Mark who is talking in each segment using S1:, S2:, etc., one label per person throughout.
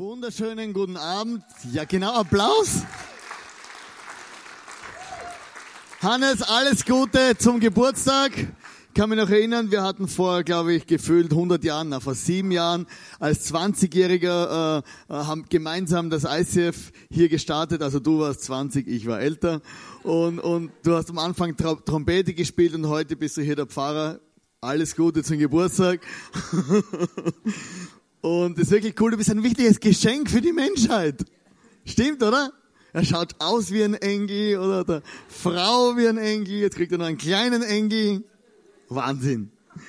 S1: Wunderschönen guten Abend. Ja, genau, Applaus. Hannes, alles Gute zum Geburtstag. Ich kann mich noch erinnern, wir hatten vor, glaube ich, gefühlt 100 Jahren, vor 7 Jahren, als 20-Jähriger haben gemeinsam das ICF hier gestartet. Also du warst 20, ich war älter. Und du hast am Anfang Trompete gespielt und heute bist du hier der Pfarrer. Alles Gute zum Geburtstag. Und es ist wirklich cool, du bist ein wichtiges Geschenk für die Menschheit. Stimmt, oder? Er schaut aus wie ein Engel oder der Frau wie ein Engel. Jetzt kriegt er noch einen kleinen Engel. Wahnsinn.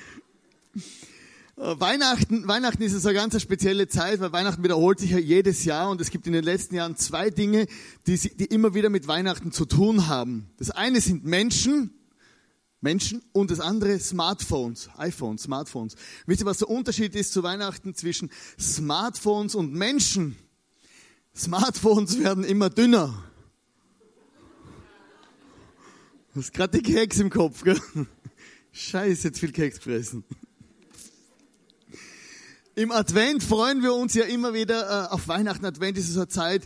S1: Weihnachten ist es eine ganz spezielle Zeit, weil Weihnachten wiederholt sich ja jedes Jahr und es gibt in den letzten Jahren 2 Dinge, die immer wieder mit Weihnachten zu tun haben. Das eine sind Menschen und das andere Smartphones. Wisst ihr, was der Unterschied ist zu Weihnachten zwischen Smartphones und Menschen? Smartphones werden immer dünner. Du hast gerade die Keks im Kopf, gell? Scheiße, jetzt viel Keks gefressen. Im Advent freuen wir uns ja immer wieder auf Weihnachten. Advent ist so eine Zeit,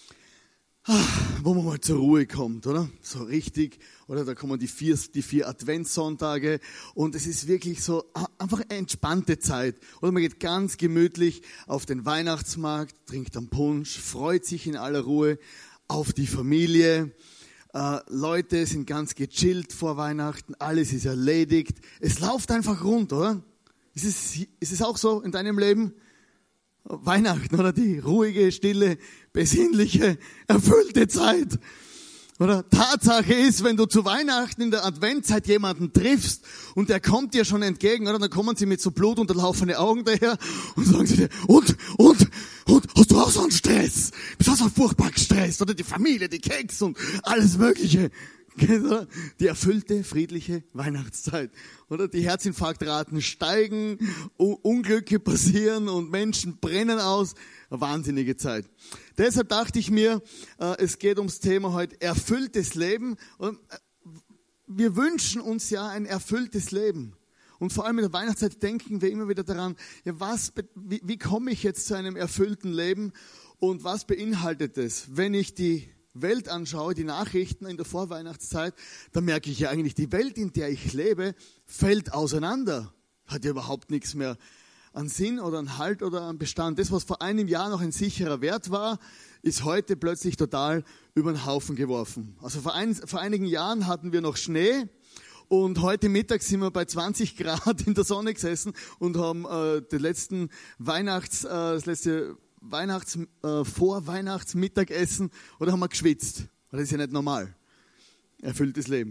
S1: wo man mal zur Ruhe kommt, oder? So richtig. Oder da kommen die 4 Adventssonntage und es ist wirklich so einfach eine entspannte Zeit. Oder man geht ganz gemütlich auf den Weihnachtsmarkt, trinkt einen Punsch, freut sich in aller Ruhe auf die Familie. Leute sind ganz gechillt vor Weihnachten, alles ist erledigt. Es läuft einfach rund, oder? Ist es auch so in deinem Leben? Weihnachten, oder? Die ruhige, stille, besinnliche, erfüllte Zeit. Oder? Tatsache ist, wenn du zu Weihnachten in der Adventzeit jemanden triffst und der kommt dir schon entgegen, oder? Dann kommen sie mit so blutunterlaufene Augen daher und sagen sie dir, und, hast du auch so einen Stress? Bist du auch so furchtbar gestresst? Oder die Familie, die Keks und alles Mögliche. Die erfüllte, friedliche Weihnachtszeit. Oder? Die Herzinfarktraten steigen, Unglücke passieren und Menschen brennen aus. Eine wahnsinnige Zeit. Deshalb dachte ich mir, es geht ums Thema heute erfülltes Leben. Und wir wünschen uns ja ein erfülltes Leben. Und vor allem in der Weihnachtszeit denken wir immer wieder daran, ja, wie komme ich jetzt zu einem erfüllten Leben und was beinhaltet es? Wenn ich die Welt anschaue, die Nachrichten in der Vorweihnachtszeit, dann merke ich ja eigentlich, die Welt, in der ich lebe, fällt auseinander. Hat ja überhaupt nichts mehr an Sinn oder an Halt oder an Bestand. Das, was vor einem Jahr noch ein sicherer Wert war, ist heute plötzlich total über den Haufen geworfen. Also vor einigen Jahren hatten wir noch Schnee und heute Mittag sind wir bei 20 Grad in der Sonne gesessen und haben das letzte Vorweihnachtsmittagessen oder haben wir geschwitzt. Das ist ja nicht normal. Erfülltes Leben.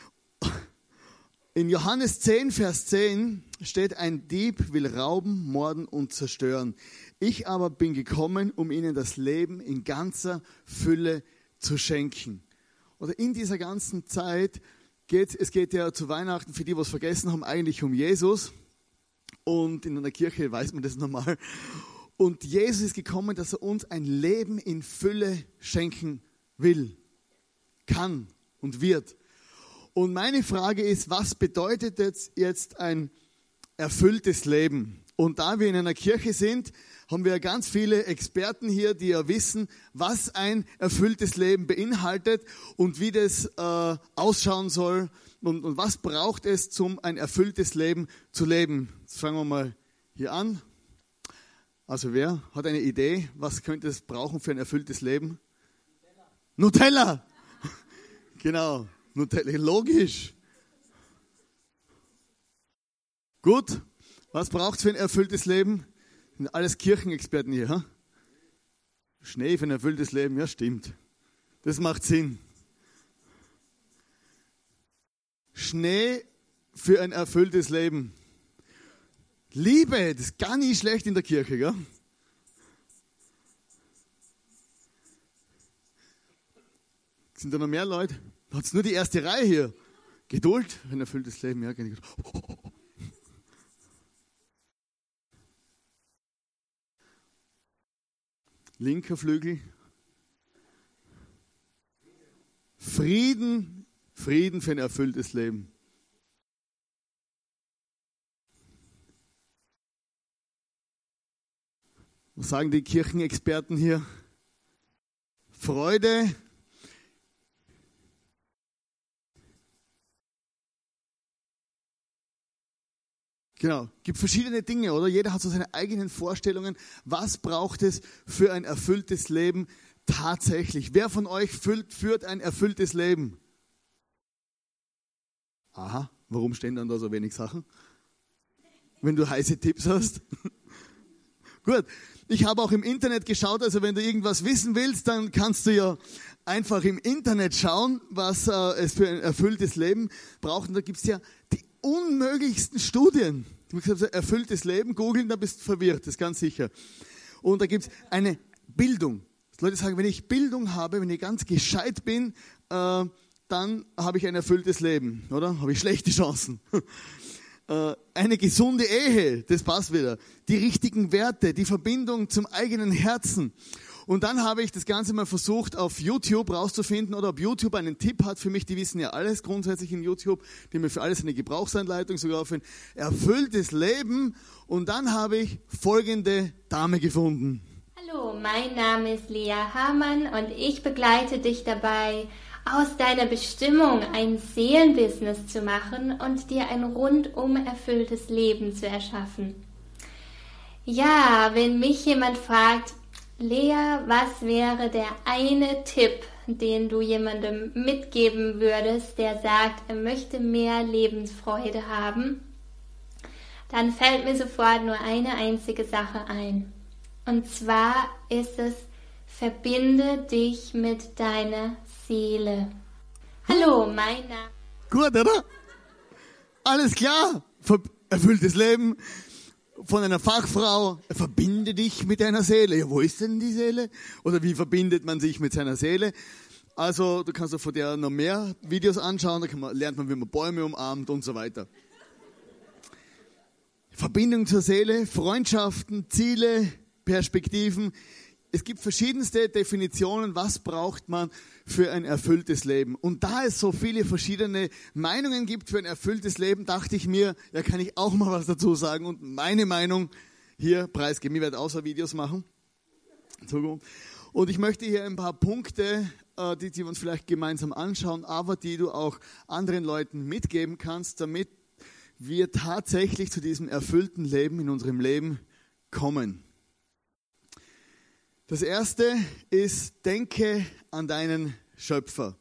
S1: In Johannes 10, Vers 10 steht, ein Dieb will rauben, morden und zerstören. Ich aber bin gekommen, um ihnen das Leben in ganzer Fülle zu schenken. Oder in dieser ganzen Zeit es geht ja zu Weihnachten, für die, die es vergessen haben, eigentlich um Jesus. Und in einer Kirche weiß man das normal. Und Jesus ist gekommen, dass er uns ein Leben in Fülle schenken will, kann und wird. Und meine Frage ist, was bedeutet jetzt ein erfülltes Leben? Und da wir in einer Kirche sind, haben wir ganz viele Experten hier, die ja wissen, was ein erfülltes Leben beinhaltet und wie das ausschauen soll und was braucht es, um ein erfülltes Leben zu leben. Jetzt fangen wir mal hier an. Also wer hat eine Idee, was könnte es brauchen für ein erfülltes Leben? Nutella! Genau, Nutella, logisch. Gut, was braucht es für ein erfülltes Leben? Sind alles Kirchenexperten hier. Hm? Schnee für ein erfülltes Leben, ja stimmt. Das macht Sinn. Schnee für ein erfülltes Leben. Liebe, das ist gar nicht schlecht in der Kirche, gell? Sind da noch mehr Leute? Da hat es nur die erste Reihe hier. Geduld, ein erfülltes Leben, ja. Linker Flügel. Frieden für ein erfülltes Leben. Was sagen die Kirchenexperten hier? Freude. Genau, gibt verschiedene Dinge, oder? Jeder hat so seine eigenen Vorstellungen. Was braucht es für ein erfülltes Leben tatsächlich? Wer von euch führt ein erfülltes Leben? Aha, warum stehen dann da so wenig Sachen? Wenn du heiße Tipps hast. Gut, ich habe auch im Internet geschaut, also wenn du irgendwas wissen willst, dann kannst du ja einfach im Internet schauen, was es für ein erfülltes Leben braucht. Und da gibt es ja die unmöglichsten Studien. Du musst erfülltes Leben googeln, dann bist du verwirrt, das ist ganz sicher. Und da gibt es eine Bildung. Leute sagen, wenn ich Bildung habe, wenn ich ganz gescheit bin, dann habe ich ein erfülltes Leben, oder? Habe ich schlechte Chancen. Eine gesunde Ehe, das passt wieder. Die richtigen Werte, die Verbindung zum eigenen Herzen. Und dann habe ich das Ganze mal versucht, auf YouTube rauszufinden oder ob YouTube einen Tipp hat für mich. Die wissen ja alles grundsätzlich in YouTube. Die haben mir für alles eine Gebrauchsanleitung, sogar für ein erfülltes Leben. Und dann habe ich folgende Dame gefunden.
S2: Hallo, mein Name ist Lea Hamann und ich begleite dich dabei, aus deiner Bestimmung ein Seelenbusiness zu machen und dir ein rundum erfülltes Leben zu erschaffen. Ja, wenn mich jemand fragt, Lea, was wäre der eine Tipp, den du jemandem mitgeben würdest, der sagt, er möchte mehr Lebensfreude haben, dann fällt mir sofort nur eine einzige Sache ein. Und zwar ist es, verbinde dich mit deiner Seele. Hallo, mein Name.
S1: Gut, oder? Alles klar. Erfülltes Leben von einer Fachfrau. Verbinde dich mit deiner Seele. Ja, wo ist denn die Seele? Oder wie verbindet man sich mit seiner Seele? Also, du kannst von der noch mehr Videos anschauen. Da lernt man, wie man Bäume umarmt und so weiter. Verbindung zur Seele, Freundschaften, Ziele, Perspektiven. Es gibt verschiedenste Definitionen, was braucht man für ein erfülltes Leben. Und da es so viele verschiedene Meinungen gibt für ein erfülltes Leben, dachte ich mir, ja, kann ich auch mal was dazu sagen und meine Meinung hier preisgeben. Ich werde außer Videos machen. Und ich möchte hier ein paar Punkte, die wir uns vielleicht gemeinsam anschauen, aber die du auch anderen Leuten mitgeben kannst, damit wir tatsächlich zu diesem erfüllten Leben in unserem Leben kommen. Das erste ist, denke an deinen Schöpfer.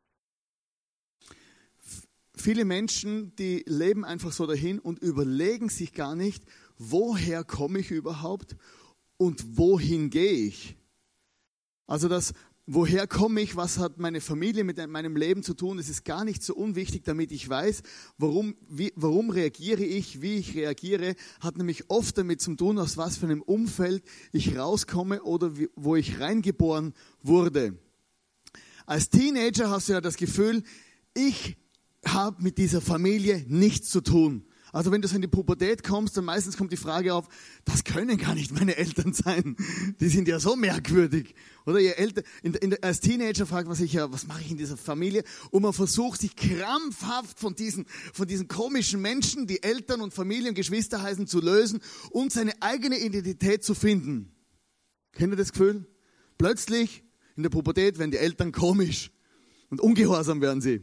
S1: Viele Menschen, die leben einfach so dahin und überlegen sich gar nicht, woher komme ich überhaupt und wohin gehe ich? Also woher komme ich, was hat meine Familie mit meinem Leben zu tun, das ist gar nicht so unwichtig, damit ich weiß, warum reagiere ich, wie ich reagiere, hat nämlich oft damit zu tun, aus was für einem Umfeld ich rauskomme oder wo ich reingeboren wurde. Als Teenager hast du ja das Gefühl, ich habe mit dieser Familie nichts zu tun. Also wenn du so in die Pubertät kommst, dann meistens kommt die Frage auf, das können gar nicht meine Eltern sein. Die sind ja so merkwürdig. Oder ihr Eltern, als Teenager fragt man sich ja, was mache ich in dieser Familie? Und man versucht sich krampfhaft von diesen komischen Menschen, die Eltern und Familie und Geschwister heißen, zu lösen und seine eigene Identität zu finden. Kennt ihr das Gefühl? Plötzlich in der Pubertät werden die Eltern komisch und ungehorsam werden sie.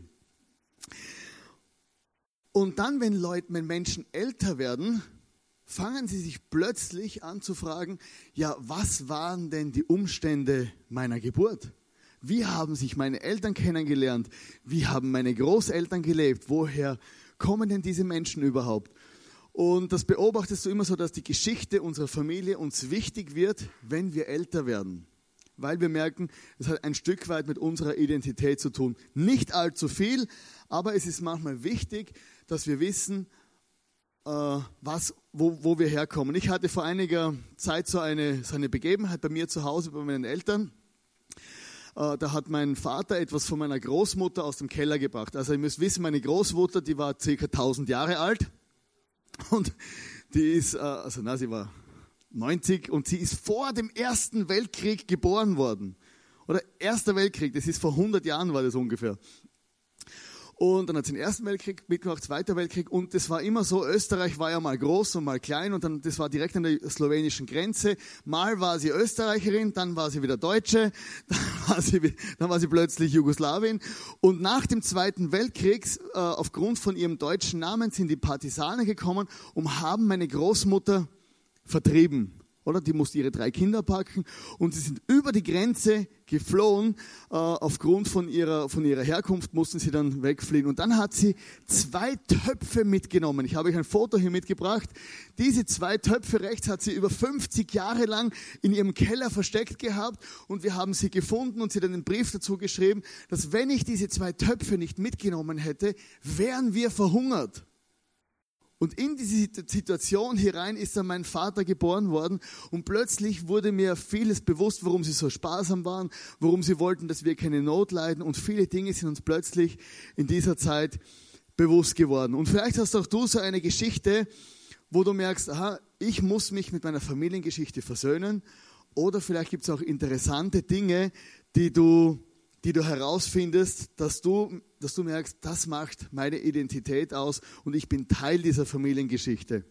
S1: Und dann, wenn Menschen älter werden, fangen sie sich plötzlich an zu fragen, ja, was waren denn die Umstände meiner Geburt? Wie haben sich meine Eltern kennengelernt? Wie haben meine Großeltern gelebt? Woher kommen denn diese Menschen überhaupt? Und das beobachtest du immer so, dass die Geschichte unserer Familie uns wichtig wird, wenn wir älter werden. Weil wir merken, es hat ein Stück weit mit unserer Identität zu tun. Nicht allzu viel, es ist manchmal wichtig, dass wir wissen, wo wir herkommen. Ich hatte vor einiger Zeit so eine Begebenheit bei mir zu Hause, bei meinen Eltern. Da hat mein Vater etwas von meiner Großmutter aus dem Keller gebracht. Also ihr müsst wissen, meine Großmutter, die war ca. 1000 Jahre alt und die ist, sie war 90 und sie ist vor dem Ersten Weltkrieg geboren worden. Oder Erster Weltkrieg, das ist vor 100 Jahren war das ungefähr. Und dann hat sie den Ersten Weltkrieg mitgemacht, Zweiter Weltkrieg. Und das war immer so, Österreich war ja mal groß und mal klein. Und dann, das war direkt an der slowenischen Grenze. Mal war sie Österreicherin, dann war sie wieder Deutsche, dann war sie plötzlich Jugoslawin. Und nach dem Zweiten Weltkrieg, aufgrund von ihrem deutschen Namen, sind die Partisanen gekommen und haben meine Großmutter vertrieben. Oder? Die musste ihre 3 Kinder packen und sie sind über die Grenze geflohen. Aufgrund von ihrer Herkunft mussten sie dann wegfliehen. Und dann hat sie 2 Töpfe mitgenommen. Ich habe euch ein Foto hier mitgebracht. Diese 2 Töpfe rechts hat sie über 50 Jahre lang in ihrem Keller versteckt gehabt. Und wir haben sie gefunden und sie hat einen Brief dazu geschrieben, dass wenn ich diese 2 Töpfe nicht mitgenommen hätte, wären wir verhungert. Und in diese Situation hinein ist dann mein Vater geboren worden und plötzlich wurde mir vieles bewusst, warum sie so sparsam waren, warum sie wollten, dass wir keine Not leiden und viele Dinge sind uns plötzlich in dieser Zeit bewusst geworden. Und vielleicht hast auch du so eine Geschichte, wo du merkst, aha, ich muss mich mit meiner Familiengeschichte versöhnen oder vielleicht gibt es auch interessante Dinge, die du herausfindest, dass du merkst, das macht meine Identität aus und ich bin Teil dieser Familiengeschichte.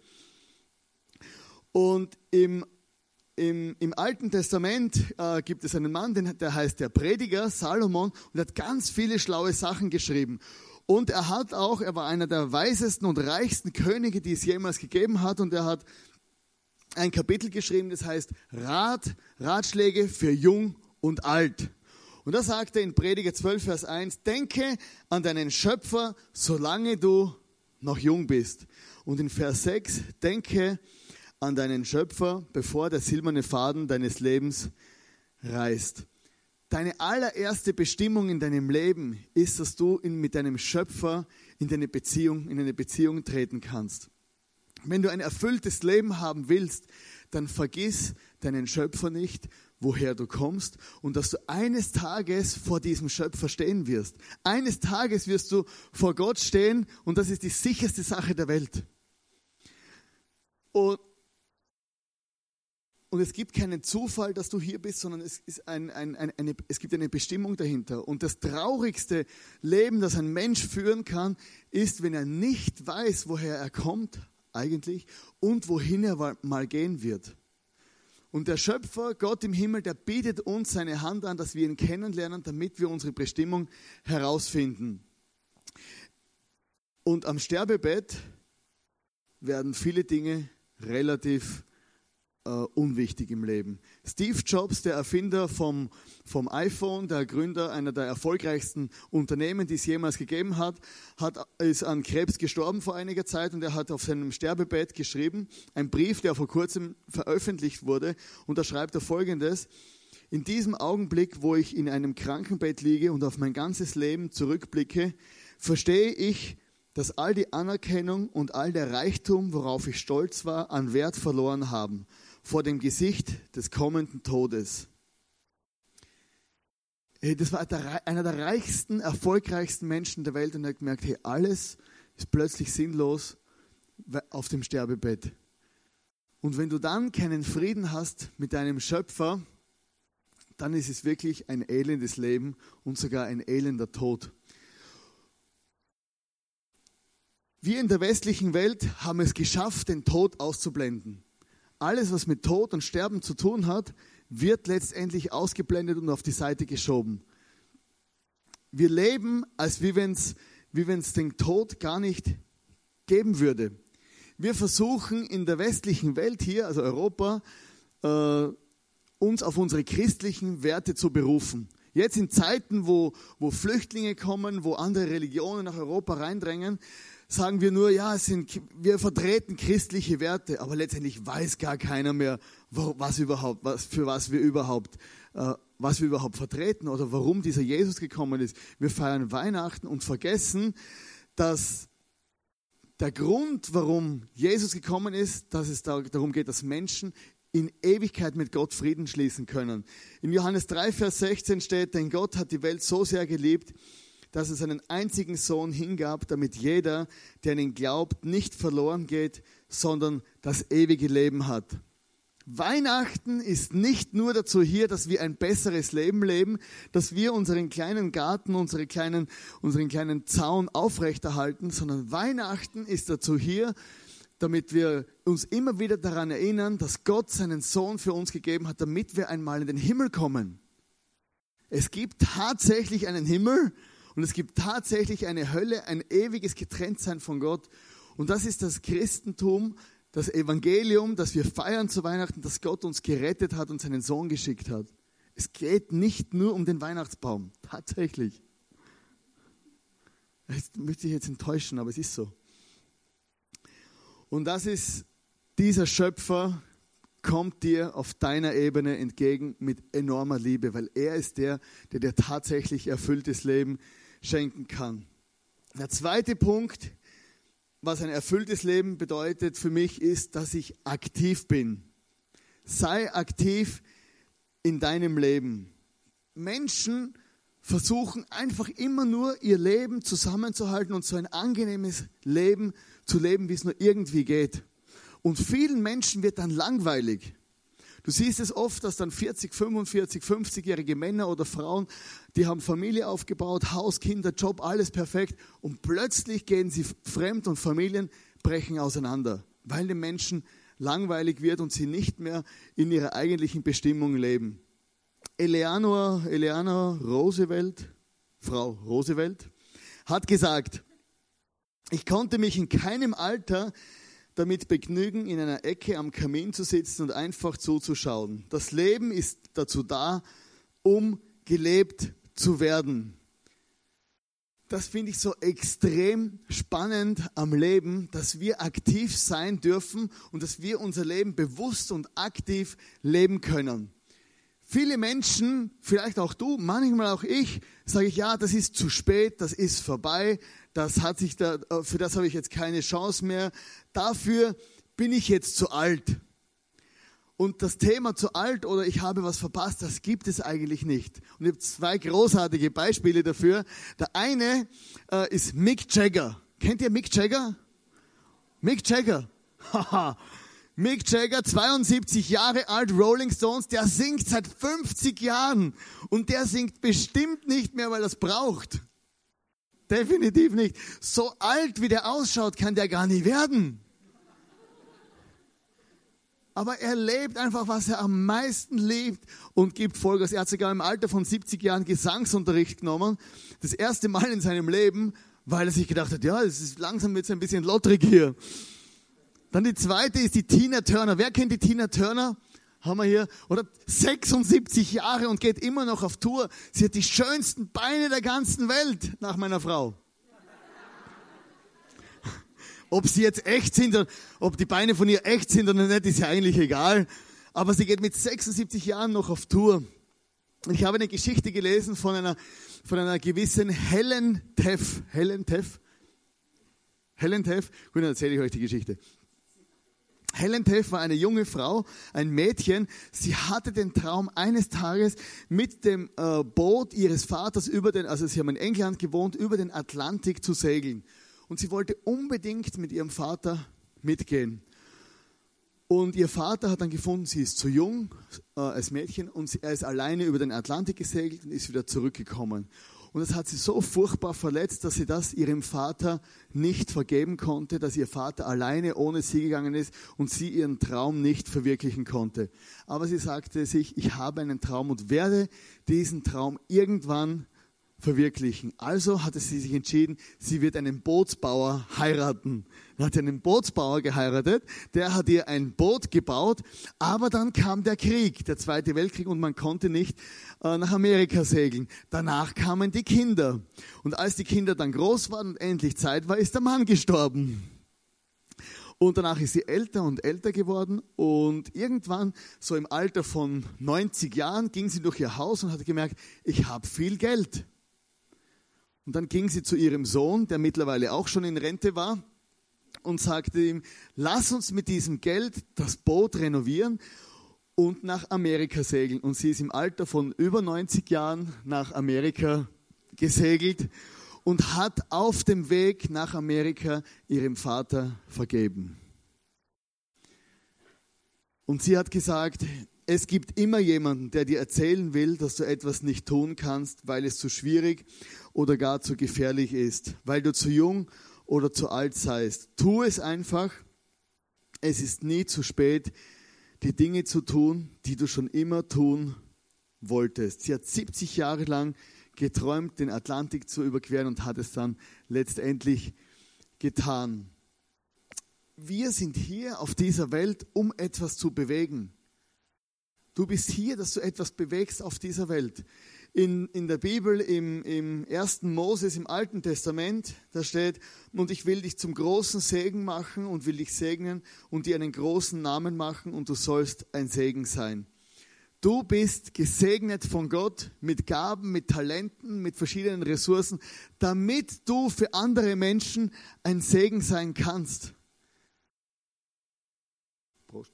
S1: Und im Alten Testament gibt es einen Mann, der heißt der Prediger, Salomon, und hat ganz viele schlaue Sachen geschrieben. Und er war einer der weisesten und reichsten Könige, die es jemals gegeben hat, und er hat ein Kapitel geschrieben, das heißt Ratschläge für Jung und Alt. Und da sagt er in Prediger 12, Vers 1, denke an deinen Schöpfer, solange du noch jung bist. Und in Vers 6, denke an deinen Schöpfer, bevor der silberne Faden deines Lebens reißt. Deine allererste Bestimmung in deinem Leben ist, dass du mit deinem Schöpfer in eine Beziehung treten kannst. Wenn du ein erfülltes Leben haben willst, dann vergiss deinen Schöpfer nicht, woher du kommst und dass du eines Tages vor diesem Schöpfer stehen wirst. Eines Tages wirst du vor Gott stehen und das ist die sicherste Sache der Welt. Und es gibt keinen Zufall, dass du hier bist, sondern es gibt eine Bestimmung dahinter. Und das traurigste Leben, das ein Mensch führen kann, ist, wenn er nicht weiß, woher er kommt eigentlich und wohin er mal gehen wird. Und der Schöpfer, Gott im Himmel, der bietet uns seine Hand an, dass wir ihn kennenlernen, damit wir unsere Bestimmung herausfinden. Und am Sterbebett werden viele Dinge relativ unwichtig im Leben. Steve Jobs, der Erfinder vom iPhone, der Gründer einer der erfolgreichsten Unternehmen, die es jemals gegeben hat, ist an Krebs gestorben vor einiger Zeit und er hat auf seinem Sterbebett geschrieben, einen Brief, der vor kurzem veröffentlicht wurde, und da schreibt er Folgendes: In diesem Augenblick, wo ich in einem Krankenbett liege und auf mein ganzes Leben zurückblicke, verstehe ich, dass all die Anerkennung und all der Reichtum, worauf ich stolz war, an Wert verloren haben vor dem Gesicht des kommenden Todes. Das war einer der reichsten, erfolgreichsten Menschen der Welt und er hat gemerkt, hey, alles ist plötzlich sinnlos auf dem Sterbebett. Und wenn du dann keinen Frieden hast mit deinem Schöpfer, dann ist es wirklich ein elendes Leben und sogar ein elender Tod. Wir in der westlichen Welt haben es geschafft, den Tod auszublenden. Alles, was mit Tod und Sterben zu tun hat, wird letztendlich ausgeblendet und auf die Seite geschoben. Wir leben, als wie wenn es den Tod gar nicht geben würde. Wir versuchen in der westlichen Welt hier, also Europa, uns auf unsere christlichen Werte zu berufen. Jetzt in Zeiten, wo Flüchtlinge kommen, wo andere Religionen nach Europa reindrängen, sagen wir nur, ja, wir vertreten christliche Werte, aber letztendlich weiß gar keiner mehr, für was wir überhaupt vertreten oder warum dieser Jesus gekommen ist. Wir feiern Weihnachten und vergessen, dass der Grund, warum Jesus gekommen ist, dass es darum geht, dass Menschen in Ewigkeit mit Gott Frieden schließen können. In Johannes 3, Vers 16 steht, denn Gott hat die Welt so sehr geliebt, dass es einen einzigen Sohn hingab, damit jeder, der an ihn glaubt, nicht verloren geht, sondern das ewige Leben hat. Weihnachten ist nicht nur dazu hier, dass wir ein besseres Leben leben, dass wir unseren kleinen Garten, unseren kleinen Zaun aufrechterhalten, sondern Weihnachten ist dazu hier, damit wir uns immer wieder daran erinnern, dass Gott seinen Sohn für uns gegeben hat, damit wir einmal in den Himmel kommen. Es gibt tatsächlich einen Himmel und es gibt tatsächlich eine Hölle, ein ewiges Getrenntsein von Gott. Und das ist das Christentum, das Evangelium, das wir feiern zu Weihnachten, dass Gott uns gerettet hat und seinen Sohn geschickt hat. Es geht nicht nur um den Weihnachtsbaum, tatsächlich. Das möchte ich jetzt enttäuschen, aber es ist so. Und das ist, dieser Schöpfer kommt dir auf deiner Ebene entgegen mit enormer Liebe, weil er ist der dir tatsächlich erfülltes Leben schenken kann. Der zweite Punkt, was ein erfülltes Leben bedeutet für mich, ist, dass ich aktiv bin. Sei aktiv in deinem Leben. Menschen versuchen einfach immer nur ihr Leben zusammenzuhalten und so ein angenehmes Leben zu leben, wie es nur irgendwie geht. Und vielen Menschen wird dann langweilig. Du siehst es oft, dass dann 40, 45, 50-jährige Männer oder Frauen, die haben Familie aufgebaut, Haus, Kinder, Job, alles perfekt. Und plötzlich gehen sie fremd und Familien brechen auseinander, weil den Menschen langweilig wird und sie nicht mehr in ihrer eigentlichen Bestimmung leben. Eleanor Roosevelt, Frau Roosevelt, hat gesagt, ich konnte mich in keinem Alter damit begnügen, in einer Ecke am Kamin zu sitzen und einfach zuzuschauen. Das Leben ist dazu da, um gelebt zu werden. Das finde ich so extrem spannend am Leben, dass wir aktiv sein dürfen und dass wir unser Leben bewusst und aktiv leben können. Viele Menschen, vielleicht auch du, manchmal auch ich, sage ich, ja, das ist zu spät, das ist vorbei, für das habe ich jetzt keine Chance mehr, dafür bin ich jetzt zu alt. Und das Thema zu alt oder ich habe was verpasst, das gibt es eigentlich nicht. Und ich habe zwei großartige Beispiele dafür. Der eine ist Mick Jagger. Kennt ihr Mick Jagger? Mick Jagger. Haha. Mick Jagger, 72 Jahre alt, Rolling Stones, der singt seit 50 Jahren. Und der singt bestimmt nicht mehr, weil er es braucht. Definitiv nicht. So alt, wie der ausschaut, kann der gar nicht werden. Aber er lebt einfach, was er am meisten liebt und gibt Vollgas. Er hat sogar im Alter von 70 Jahren Gesangsunterricht genommen. Das erste Mal in seinem Leben, weil er sich gedacht hat, ja, es ist langsam jetzt ein bisschen lottrig hier. Dann die zweite ist die Tina Turner. Wer kennt die Tina Turner? Haben wir hier. Oder 76 Jahre und geht immer noch auf Tour. Sie hat die schönsten Beine der ganzen Welt, nach meiner Frau. Ob sie jetzt echt sind, oder ob die Beine von ihr echt sind oder nicht, ist ja eigentlich egal. Aber sie geht mit 76 Jahren noch auf Tour. Und ich habe eine Geschichte gelesen von einer gewissen Helen Teff. Gut, dann erzähle ich euch die Geschichte. Helen Teff war eine junge Frau, ein Mädchen. Sie hatte den Traum, eines Tages mit dem Boot ihres Vaters also sie haben in England gewohnt, über den Atlantik zu segeln. Und sie wollte unbedingt mit ihrem Vater mitgehen. Und ihr Vater hat dann gefunden, sie ist zu jung als Mädchen und er ist alleine über den Atlantik gesegelt und ist wieder zurückgekommen. Und das hat sie so furchtbar verletzt, dass sie das ihrem Vater nicht vergeben konnte, dass ihr Vater alleine ohne sie gegangen ist und sie ihren Traum nicht verwirklichen konnte. Aber sie sagte sich, ich habe einen Traum und werde diesen Traum irgendwann verwirklichen. Also hatte sie sich entschieden, sie wird einen Bootsbauer heiraten. Dann hat sie einen Bootsbauer geheiratet, der hat ihr ein Boot gebaut, aber dann kam der Krieg, der Zweite Weltkrieg und man konnte nicht nach Amerika segeln. Danach kamen die Kinder und als die Kinder dann groß waren und endlich Zeit war, ist der Mann gestorben. Und danach ist sie älter und älter geworden und irgendwann, so im Alter von 90 Jahren, ging sie durch ihr Haus und hat gemerkt, ich habe viel Geld. Und dann ging sie zu ihrem Sohn, der mittlerweile auch schon in Rente war, und sagte ihm, lass uns mit diesem Geld das Boot renovieren und nach Amerika segeln. Und sie ist im Alter von über 90 Jahren nach Amerika gesegelt und hat auf dem Weg nach Amerika ihrem Vater vergeben. Und sie hat gesagt, es gibt immer jemanden, der dir erzählen will, dass du etwas nicht tun kannst, weil es zu schwierig oder gar zu gefährlich ist, weil du zu jung oder zu alt seist. Tu es einfach. Es ist nie zu spät, die Dinge zu tun, die du schon immer tun wolltest. Sie hat 70 Jahre lang geträumt, den Atlantik zu überqueren und hat es dann letztendlich getan. Wir sind hier auf dieser Welt, um etwas zu bewegen. Du bist hier, dass du etwas bewegst auf dieser Welt. In der Bibel, im 1. Moses, im Alten Testament, da steht, und ich will dich zum großen Segen machen und will dich segnen und dir einen großen Namen machen und du sollst ein Segen sein. Du bist gesegnet von Gott mit Gaben, mit Talenten, mit verschiedenen Ressourcen, damit du für andere Menschen ein Segen sein kannst. Prost.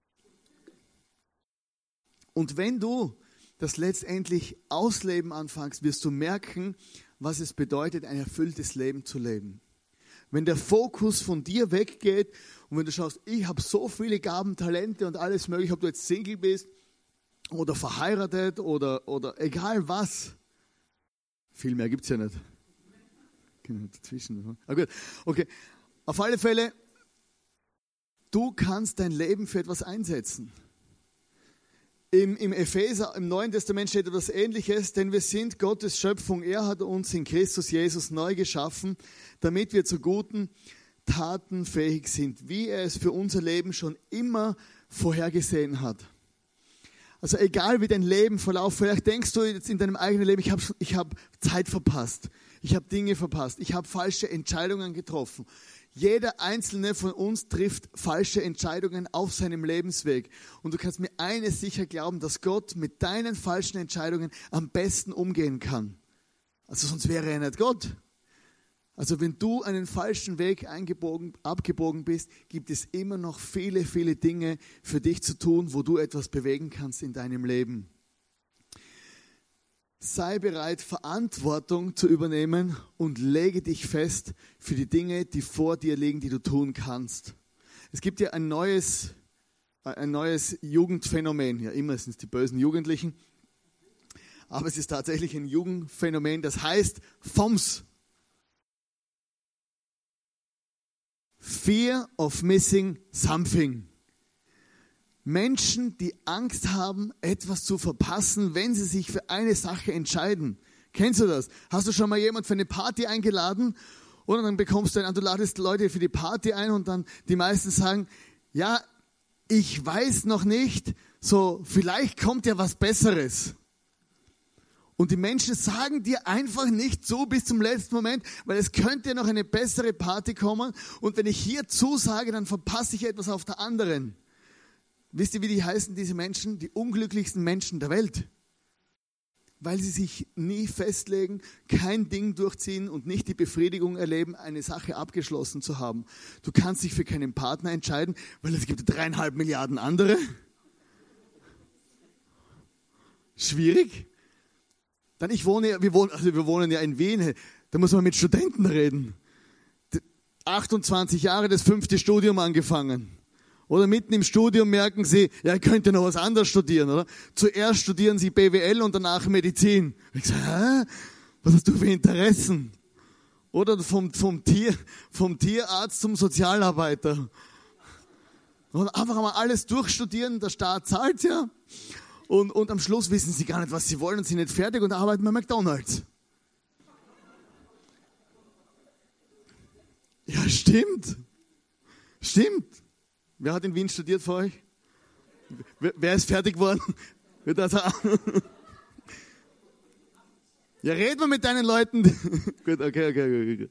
S1: Und wenn du das letztendlich ausleben anfängst, wirst du merken, was es bedeutet, ein erfülltes Leben zu leben. Wenn der Fokus von dir weggeht und wenn du schaust, ich habe so viele Gaben, Talente und alles mögliche, ob du jetzt Single bist oder verheiratet oder egal was. Viel mehr gibt es ja nicht. Genau, dazwischen. Ah, gut. Okay. Auf alle Fälle, du kannst dein Leben für etwas einsetzen. Im Epheser, im Neuen Testament steht etwas Ähnliches, denn wir sind Gottes Schöpfung. Er hat uns in Christus Jesus neu geschaffen, damit wir zu guten Taten fähig sind, wie er es für unser Leben schon immer vorhergesehen hat. Also egal wie dein Leben verläuft, vielleicht denkst du jetzt in deinem eigenen Leben, ich hab Zeit verpasst, ich habe Dinge verpasst, ich habe falsche Entscheidungen getroffen. Jeder Einzelne von uns trifft falsche Entscheidungen auf seinem Lebensweg. Und du kannst mir eines sicher glauben, dass Gott mit deinen falschen Entscheidungen am besten umgehen kann. Also sonst wäre er nicht Gott. Also wenn du einen falschen Weg abgebogen bist, gibt es immer noch viele, viele Dinge für dich zu tun, wo du etwas bewegen kannst in deinem Leben. Sei bereit, Verantwortung zu übernehmen und lege dich fest für die Dinge, die vor dir liegen, die du tun kannst. Es gibt ja ein neues Jugendphänomen. Ja, immer sind es die bösen Jugendlichen. Aber es ist tatsächlich ein Jugendphänomen, das heißt FOMS. Fear of missing something. Menschen, die Angst haben, etwas zu verpassen, wenn sie sich für eine Sache entscheiden. Kennst du das? Hast du schon mal jemand für eine Party eingeladen? Oder dann bekommst du ladest Leute für die Party ein und dann die meisten sagen, ja, ich weiß noch nicht, so vielleicht kommt ja was Besseres. Und die Menschen sagen dir einfach nicht so bis zum letzten Moment, weil es könnte ja noch eine bessere Party kommen und wenn ich hier zusage, dann verpasse ich etwas auf der anderen. Wisst ihr, wie die heißen, diese Menschen? Die unglücklichsten Menschen der Welt. Weil sie sich nie festlegen, kein Ding durchziehen und nicht die Befriedigung erleben, eine Sache abgeschlossen zu haben. Du kannst dich für keinen Partner entscheiden, weil es gibt 3,5 Milliarden andere. Schwierig. Dann wir wohnen ja in Wien, da muss man mit Studenten reden. 28 Jahre, das 5. Studium angefangen. Oder mitten im Studium merken sie, ja, ich könnte noch was anderes studieren, oder? Zuerst studieren sie BWL und danach Medizin. Ich sage, was hast du für Interessen? Oder vom Tierarzt zum Sozialarbeiter. Und einfach mal alles durchstudieren, der Staat zahlt ja. Und am Schluss wissen sie gar nicht, was sie wollen und sind nicht fertig und arbeiten bei McDonald's. Ja, stimmt. Stimmt. Wer hat in Wien studiert vor euch? Wer ist fertig geworden? Ja, red mal mit deinen Leuten. Gut, okay.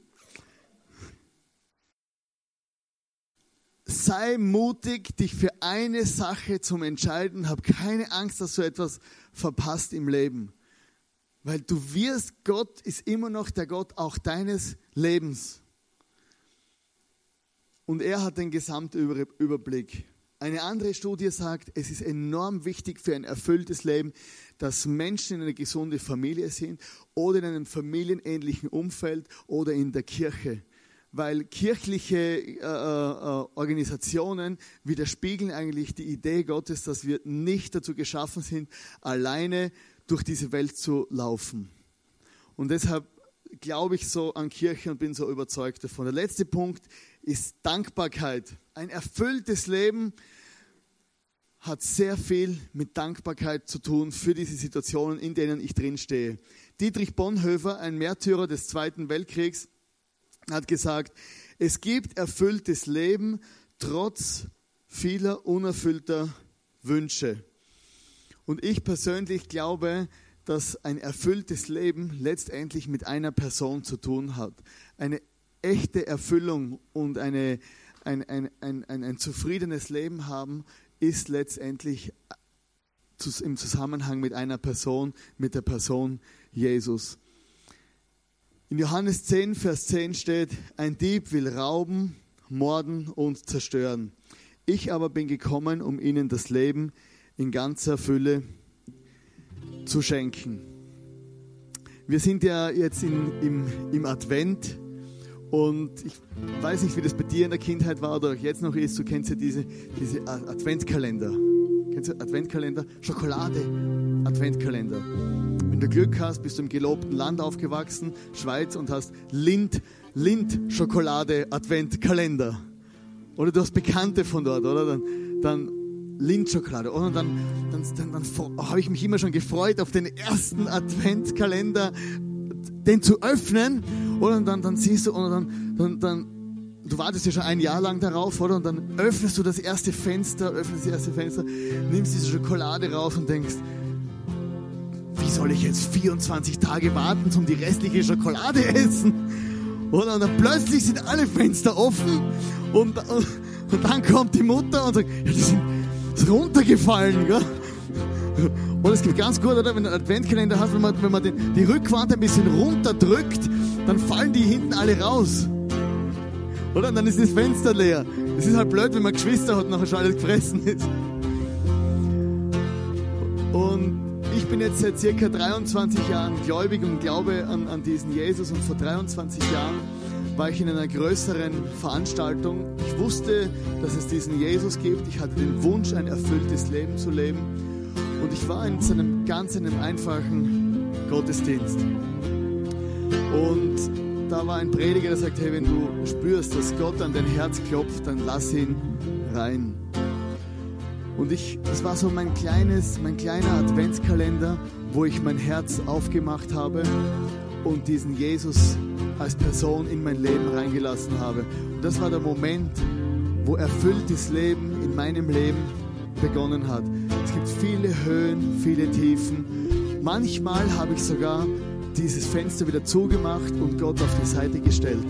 S1: Sei mutig, dich für eine Sache zu entscheiden. Hab keine Angst, dass du etwas verpasst im Leben. Weil Gott ist immer noch der Gott auch deines Lebens. Und er hat den Gesamtüberblick. Eine andere Studie sagt, es ist enorm wichtig für ein erfülltes Leben, dass Menschen in einer gesunden Familie sind oder in einem familienähnlichen Umfeld oder in der Kirche. weil kirchliche Organisationen widerspiegeln eigentlich die Idee Gottes, dass wir nicht dazu geschaffen sind, alleine durch diese Welt zu laufen. Und deshalb glaube ich so an Kirche und bin so überzeugt davon. Der letzte Punkt ist Dankbarkeit. Ein erfülltes Leben hat sehr viel mit Dankbarkeit zu tun für diese Situationen, in denen ich drinstehe. Dietrich Bonhoeffer, ein Märtyrer des Zweiten Weltkriegs, hat gesagt, es gibt erfülltes Leben trotz vieler unerfüllter Wünsche. Und ich persönlich glaube, dass ein erfülltes Leben letztendlich mit einer Person zu tun hat. Eine echte Erfüllung und ein zufriedenes Leben haben, ist letztendlich im Zusammenhang mit einer Person, mit der Person Jesus. In Johannes 10, Vers 10 steht, ein Dieb will rauben, morden und zerstören. Ich aber bin gekommen, um ihnen das Leben in ganzer Fülle zu schenken. Wir sind ja jetzt im Advent und ich weiß nicht, wie das bei dir in der Kindheit war oder jetzt noch ist. Du kennst ja diese Adventkalender. Kennst du Adventkalender? Schokolade-Adventkalender. Wenn du Glück hast, bist du im gelobten Land aufgewachsen, Schweiz, und hast Lind-Schokolade-Adventkalender. Oder du hast Bekannte von dort, oder? Dann Lindschokolade. Und dann habe ich mich immer schon gefreut auf den ersten Adventkalender, den zu öffnen. Oder dann siehst du, oder dann du wartest ja schon ein Jahr lang darauf, oder? Und dann öffnest du das erste Fenster, nimmst diese Schokolade raus und denkst, wie soll ich jetzt 24 Tage warten, um die restliche Schokolade essen? Oder? Und dann plötzlich sind alle Fenster offen und dann kommt die Mutter und sagt, ja, die sind runtergefallen. Gell? Und es gibt ganz gut, oder, wenn du einen Adventkalender hast, wenn man die Rückwand ein bisschen runterdrückt, dann fallen die hinten alle raus. Oder? Und dann ist das Fenster leer. Es ist halt blöd, wenn man Geschwister hat und nachher schon alles gefressen ist. Und ich bin jetzt seit circa 23 Jahren gläubig und glaube an diesen Jesus. Und vor 23 Jahren war ich in einer größeren Veranstaltung. Ich wusste, dass es diesen Jesus gibt. Ich hatte den Wunsch, ein erfülltes Leben zu leben. Und ich war in einem einfachen Gottesdienst. Und da war ein Prediger, der sagt, hey, wenn du spürst, dass Gott an dein Herz klopft, dann lass ihn rein. Und das war so mein kleiner Adventskalender, wo ich mein Herz aufgemacht habe und diesen Jesus als Person in mein Leben reingelassen habe. Und das war der Moment, wo erfülltes Leben in meinem Leben begonnen hat. Es gibt viele Höhen, viele Tiefen. Manchmal habe ich sogar dieses Fenster wieder zugemacht und Gott auf die Seite gestellt.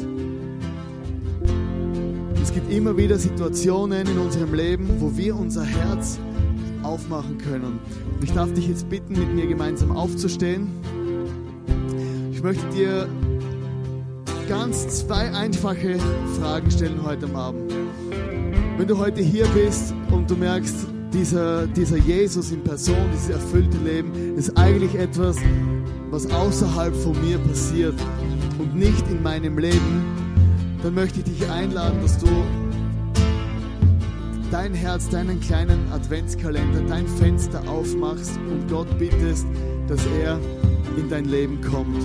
S1: Es gibt immer wieder Situationen in unserem Leben, wo wir unser Herz aufmachen können. Und ich darf dich jetzt bitten, mit mir gemeinsam aufzustehen. Ich möchte dir ganz 2 einfache Fragen stellen heute am Abend. Wenn du heute hier bist und du merkst, dieser Jesus in Person, dieses erfüllte Leben, ist eigentlich etwas, was außerhalb von mir passiert und nicht in meinem Leben, dann möchte ich dich einladen, dass du dein Herz, deinen kleinen Adventskalender, dein Fenster aufmachst und Gott bittest, dass er in dein Leben kommt.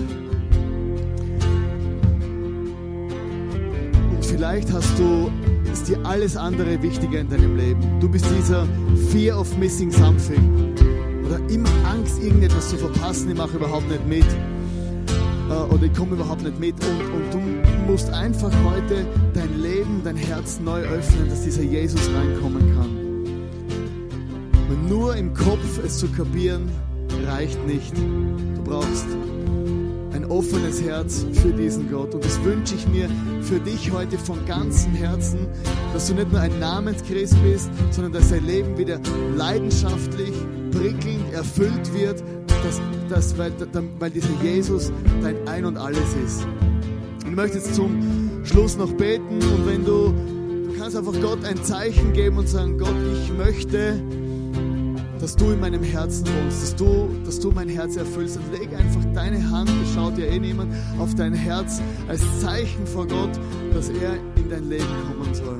S1: Und vielleicht ist dir alles andere wichtiger in deinem Leben. Du bist dieser Fear of Missing Something. Oder immer Angst, irgendetwas zu verpassen, ich mache überhaupt nicht mit. Oder ich komme überhaupt nicht mit. Und du musst einfach heute dein Leben, dein Herz neu öffnen, dass dieser Jesus reinkommen kann. Und nur im Kopf es zu kapieren, reicht nicht. Du brauchst ein offenes Herz für diesen Gott. Und das wünsche ich mir für dich heute von ganzem Herzen, dass du nicht nur ein Namenschrist bist, sondern dass dein Leben wieder leidenschaftlich, prickelnd erfüllt wird, weil dieser Jesus dein Ein und Alles ist. Und ich möchte jetzt zum Schluss noch beten, und wenn du kannst einfach Gott ein Zeichen geben und sagen, Gott, ich möchte, dass du in meinem Herzen wohnst, dass dass du mein Herz erfüllst. Und leg einfach deine Hand, das schaut ja niemand, auf dein Herz als Zeichen vor Gott, dass er in dein Leben kommen soll.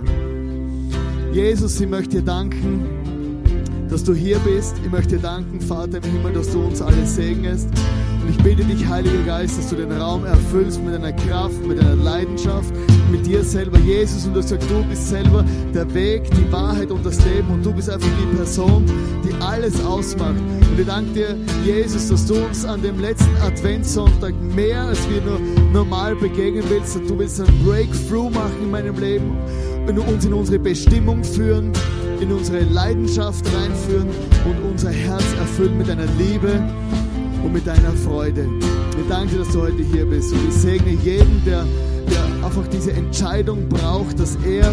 S1: Jesus, ich möchte dir danken, dass du hier bist. Ich möchte dir danken, Vater im Himmel, dass du uns alle segnest. Und ich bitte dich, Heiliger Geist, dass du den Raum erfüllst mit deiner Kraft, mit deiner Leidenschaft, mit dir selber, Jesus. Und du sagst, du bist selber der Weg, die Wahrheit und das Leben. Und du bist einfach die Person, die alles ausmacht. Und ich danke dir, Jesus, dass du uns an dem letzten Adventssonntag mehr als wir nur normal begegnen willst. Und du willst einen Breakthrough machen in meinem Leben und uns in unsere Bestimmung führen, in unsere Leidenschaft reinführen und unser Herz erfüllen mit deiner Liebe und mit deiner Freude. Ich danke dir, dass du heute hier bist. Und ich segne jeden, der einfach diese Entscheidung braucht, dass er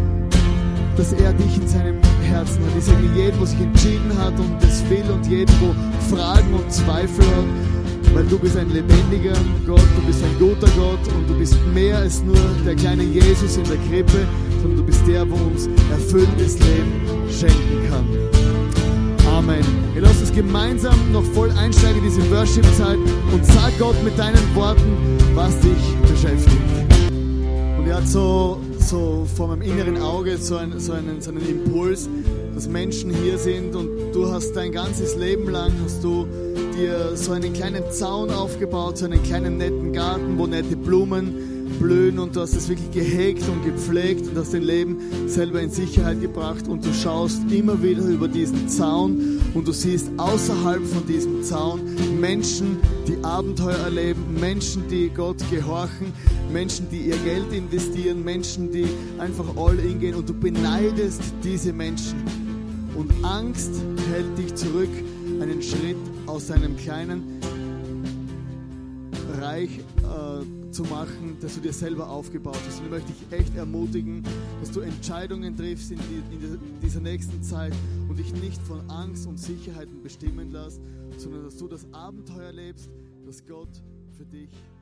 S1: dich in seinem Herzen hat. Ich segne jeden, der sich entschieden hat und das will, und jeden, der Fragen und Zweifel hat, weil du bist ein lebendiger Gott, du bist ein guter Gott und du bist mehr als nur der kleine Jesus in der Krippe, sondern du bist der, der uns erfülltes Leben schenken kann. Amen. Wir lassen uns gemeinsam noch voll einsteigen in diese Worship-Zeit und sag Gott mit deinen Worten, was dich beschäftigt. Und er hat so vor meinem inneren Auge so einen Impuls, dass Menschen hier sind und du hast dein ganzes Leben lang, hast du dir so einen kleinen Zaun aufgebaut, so einen kleinen netten Garten, wo nette Blumen blühen, und du hast es wirklich gehegt und gepflegt und hast dein Leben selber in Sicherheit gebracht, und du schaust immer wieder über diesen Zaun und du siehst außerhalb von diesem Zaun Menschen, die Abenteuer erleben, Menschen, die Gott gehorchen, Menschen, die ihr Geld investieren, Menschen, die einfach all in gehen, und du beneidest diese Menschen, und Angst hält dich zurück, einen Schritt aus deinem kleinen Reich zu machen, das du dir selber aufgebaut hast. Und ich möchte dich echt ermutigen, dass du Entscheidungen triffst in dieser nächsten Zeit und dich nicht von Angst und Sicherheiten bestimmen lässt, sondern dass du das Abenteuer lebst, das Gott für dich